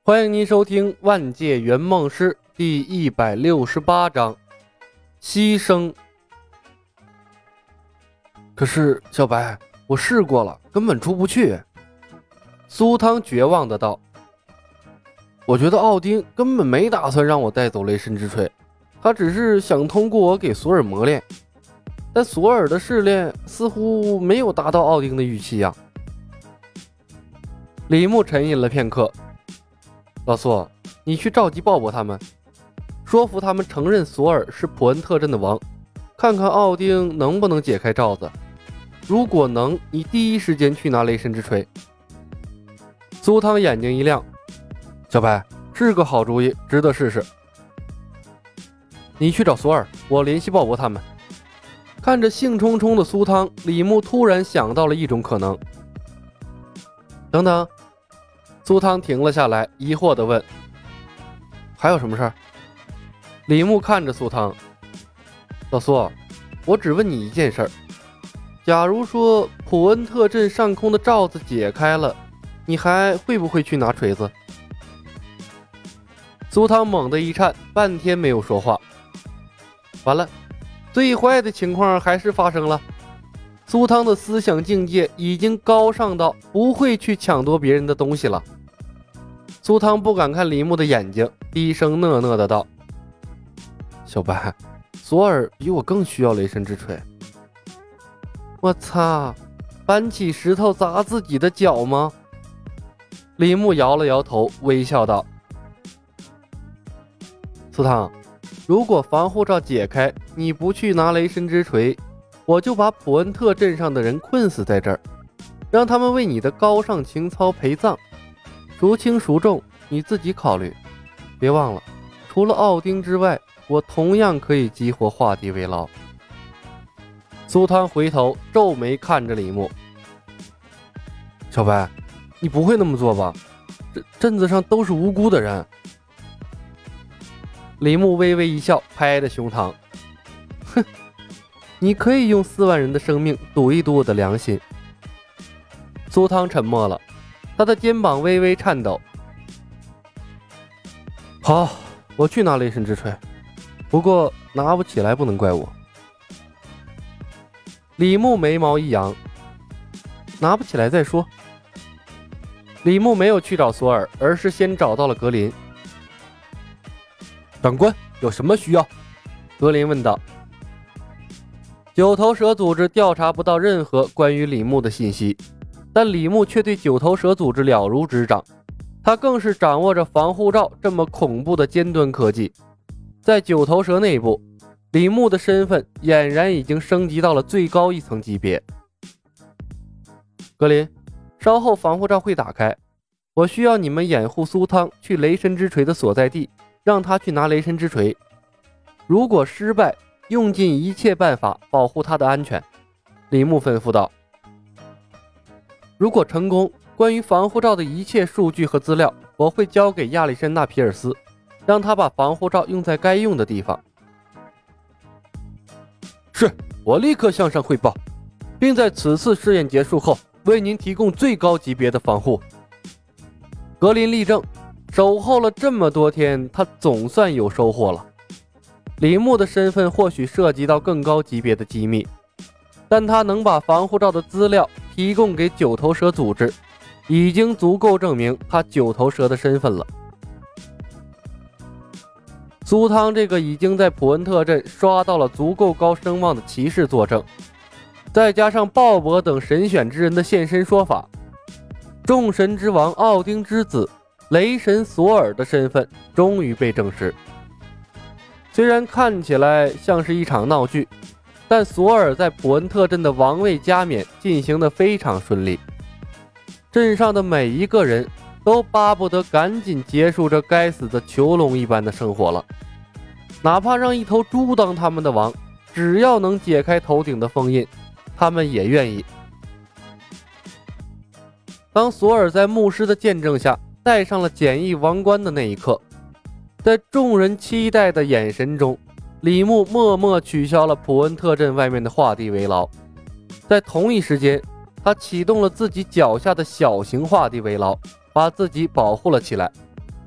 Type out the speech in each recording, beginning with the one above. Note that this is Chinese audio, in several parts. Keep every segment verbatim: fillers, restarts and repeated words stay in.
欢迎您收听《万界圆梦师》第一百六十八章牺牲。可是小白，我试过了，根本出不去。苏汤绝望的道。我觉得奥丁根本没打算让我带走雷神之锤，他只是想通过我给索尔磨练，但索尔的试炼似乎没有达到奥丁的预期呀、啊。李牧沉吟了片刻，老苏，你去召集鲍勃他们，说服他们承认索尔是普恩特镇的王，看看奥丁能不能解开罩子。如果能，你第一时间去拿雷神之锤。苏汤眼睛一亮，小白，是个好主意，值得试试。你去找索尔，我联系鲍勃他们。看着兴冲冲的苏汤，李牧突然想到了一种可能。等等，苏汤停了下来，疑惑地问：“还有什么事儿？”李牧看着苏汤：“老苏，我只问你一件事儿。假如说普恩特镇上空的罩子解开了，你还会不会去拿锤子？”苏汤猛地一颤，半天没有说话。完了，最坏的情况还是发生了。苏汤的思想境界已经高尚到不会去抢夺别人的东西了。苏汤不敢看李牧的眼睛，低声讷讷的道：“小白，索尔比我更需要雷神之锤。”我操，搬起石头砸自己的脚吗？李牧摇了摇头，微笑道：“苏汤，如果防护罩解开，你不去拿雷神之锤，我就把普恩特镇上的人困死在这儿，让他们为你的高尚情操陪葬。孰轻孰重，你自己考虑。别忘了，除了奥丁之外，我同样可以激活画地为牢。”苏汤回头皱眉看着李牧：“小白，你不会那么做吧？镇镇子上都是无辜的人。”李牧微微一笑，拍着胸膛：“哼，你可以用四万人的生命赌一赌我的良心。”苏汤沉默了，他的肩膀微微颤抖。“好，我去拿雷神之锤，不过拿不起来不能怪我。”李牧眉毛一扬：“拿不起来再说。”李牧没有去找索尔，而是先找到了格林。“长官，有什么需要？”格林问道。九头蛇组织调查不到任何关于李牧的信息，但李牧却对九头蛇组织了如指掌，他更是掌握着防护罩这么恐怖的尖端科技。在九头蛇内部，李牧的身份俨然已经升级到了最高一层级别。格林，稍后防护罩会打开，我需要你们掩护苏汤去雷神之锤的所在地，让他去拿雷神之锤。如果失败，用尽一切办法保护他的安全。”李牧吩咐道。“如果成功，关于防护罩的一切数据和资料，我会交给亚历山大·皮尔斯，让他把防护罩用在该用的地方。”“是，我立刻向上汇报，并在此次试验结束后为您提供最高级别的防护。”格林立正，守候了这么多天，他总算有收获了。李牧的身份或许涉及到更高级别的机密，但他能把防护罩的资料提供给九头蛇组织，已经足够证明他九头蛇的身份了。苏汤这个已经在普恩特镇刷到了足够高声望的骑士作证，再加上鲍勃等神选之人的现身说法，众神之王奥丁之子雷神索尔的身份终于被证实。虽然看起来像是一场闹剧，但索尔在普恩特镇的王位加冕进行得非常顺利，镇上的每一个人都巴不得赶紧结束这该死的囚笼一般的生活了，哪怕让一头猪当他们的王，只要能解开头顶的封印，他们也愿意。当索尔在牧师的见证下戴上了简易王冠的那一刻，在众人期待的眼神中，李牧默默取消了普恩特镇外面的画地为牢。在同一时间，他启动了自己脚下的小型画地为牢，把自己保护了起来。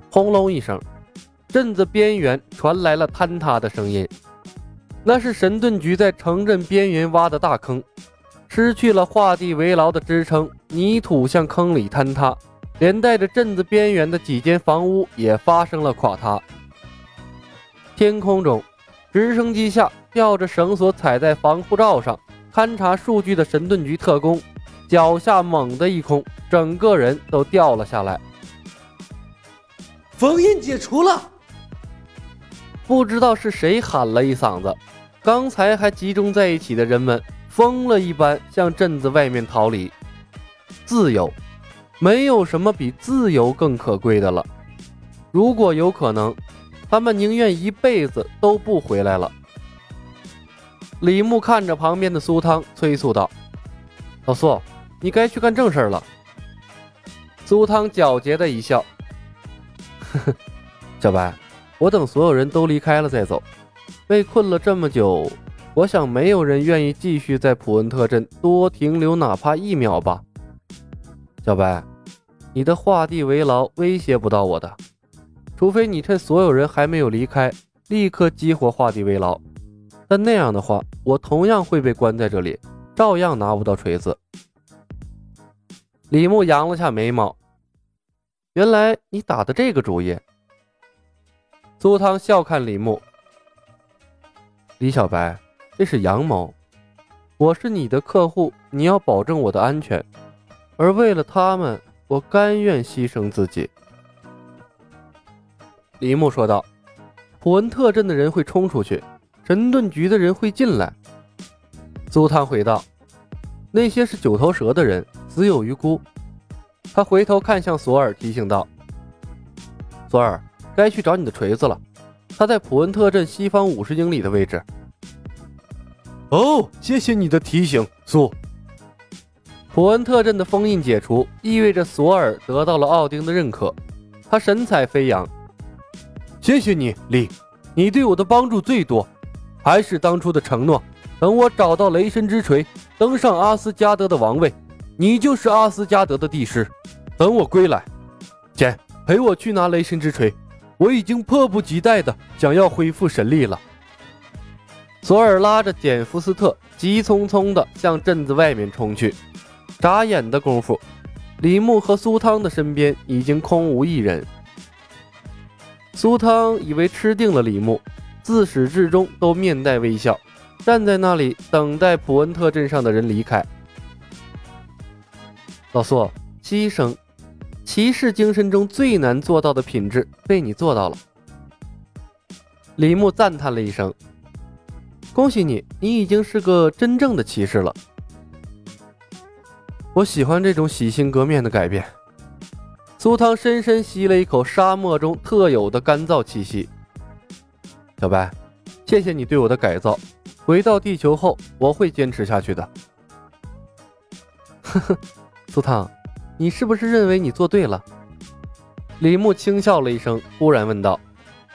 轰隆一声，镇子边缘传来了坍塌的声音。那是神盾局在城镇边缘挖的大坑，失去了画地为牢的支撑，泥土向坑里坍塌，连带着镇子边缘的几间房屋也发生了垮塌。天空中，直升机下吊着绳索踩在防护罩上勘察数据的神盾局特工，脚下猛地一空，整个人都掉了下来。 封印解除了！ 不知道是谁喊了一嗓子，刚才还集中在一起的人们疯了一般向镇子外面逃离。自由，没有什么比自由更可贵的了。如果有可能，他们宁愿一辈子都不回来了。李牧看着旁边的苏汤，催促道：“老苏，你该去干正事了。”苏汤皎洁的一笑：“呵呵，小白，我等所有人都离开了再走。被困了这么久，我想没有人愿意继续在普恩特镇多停留哪怕一秒吧。小白，你的画地为牢威胁不到我的，除非你趁所有人还没有离开，立刻激活画地为牢。但那样的话，我同样会被关在这里，照样拿不到锤子。”李牧扬了下眉毛：“原来你打的这个主意。”苏汤笑看李牧：“李小白，这是阳谋。我是你的客户，你要保证我的安全，而为了他们，我甘愿牺牲自己。”李牧说道：“普恩特镇的人会冲出去，神盾局的人会进来。”苏汤回道：“那些是九头蛇的人，死有余辜。”他回头看向索尔，提醒道：“索尔，该去找你的锤子了，他在普恩特镇西方五十英里的位置。” 哦，谢谢你的提醒，苏。 普恩特镇的封印解除，意味着索尔得到了奥丁的认可，他神采飞扬：“ 谢谢你，李，你对我的帮助最多。还是当初的承诺，等我找到雷神之锤，登上阿斯加德的王位，你就是阿斯加德的帝师。等我归来，姐，陪我去拿雷神之锤，我已经迫不及待的想要恢复神力了。” 索尔拉着简福斯特急匆匆地向镇子外面冲去，眨眼的功夫，李牧和苏汤的身边已经空无一人。苏汤以为吃定了李牧，自始至终都面带微笑，站在那里等待普恩特镇上的人离开。老苏，牺牲，骑士精神中最难做到的品质被你做到了。李牧赞叹了一声：“恭喜你，你已经是个真正的骑士了。”我喜欢这种洗心革面的改变。苏汤深深吸了一口沙漠中特有的干燥气息。小白，谢谢你对我的改造，回到地球后我会坚持下去的。呵呵，苏汤，你是不是认为你做对了？李牧轻笑了一声，忽然问道。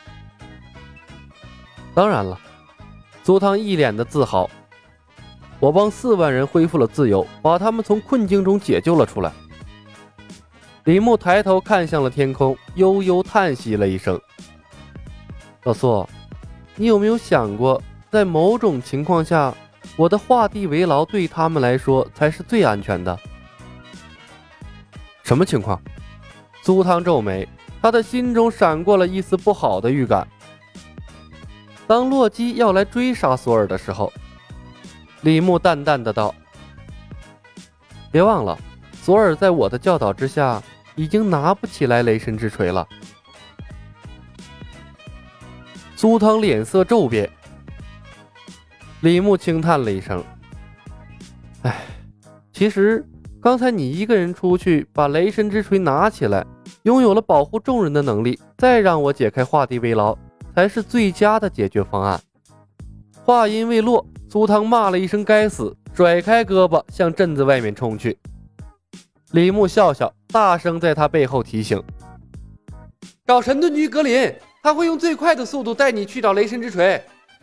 当然了。苏汤一脸的自豪，我帮四万人恢复了自由，把他们从困境中解救了出来。李牧抬头看向了天空，悠悠叹息了一声：“老苏，你有没有想过，在某种情况下，我的画地为牢对他们来说才是最安全的？”什么情况？苏汤皱眉，他的心中闪过了一丝不好的预感。当洛基要来追杀索尔的时候，李牧淡淡的道：“别忘了，索尔在我的教导之下，已经拿不起来雷神之锤了。”苏汤脸色骤变。李牧轻叹了一声：“哎，其实刚才你一个人出去把雷神之锤拿起来，拥有了保护众人的能力，再让我解开画地为牢，才是最佳的解决方案。”话音未落，苏汤骂了一声该死，甩开胳膊向镇子外面冲去。李牧笑笑，大声在他背后提醒：“找神盾局格林，他会用最快的速度带你去找雷神之锤。”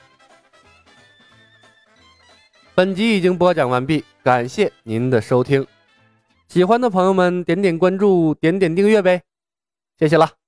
本集已经播讲完毕，感谢您的收听。喜欢的朋友们点点关注，点点订阅呗，谢谢了。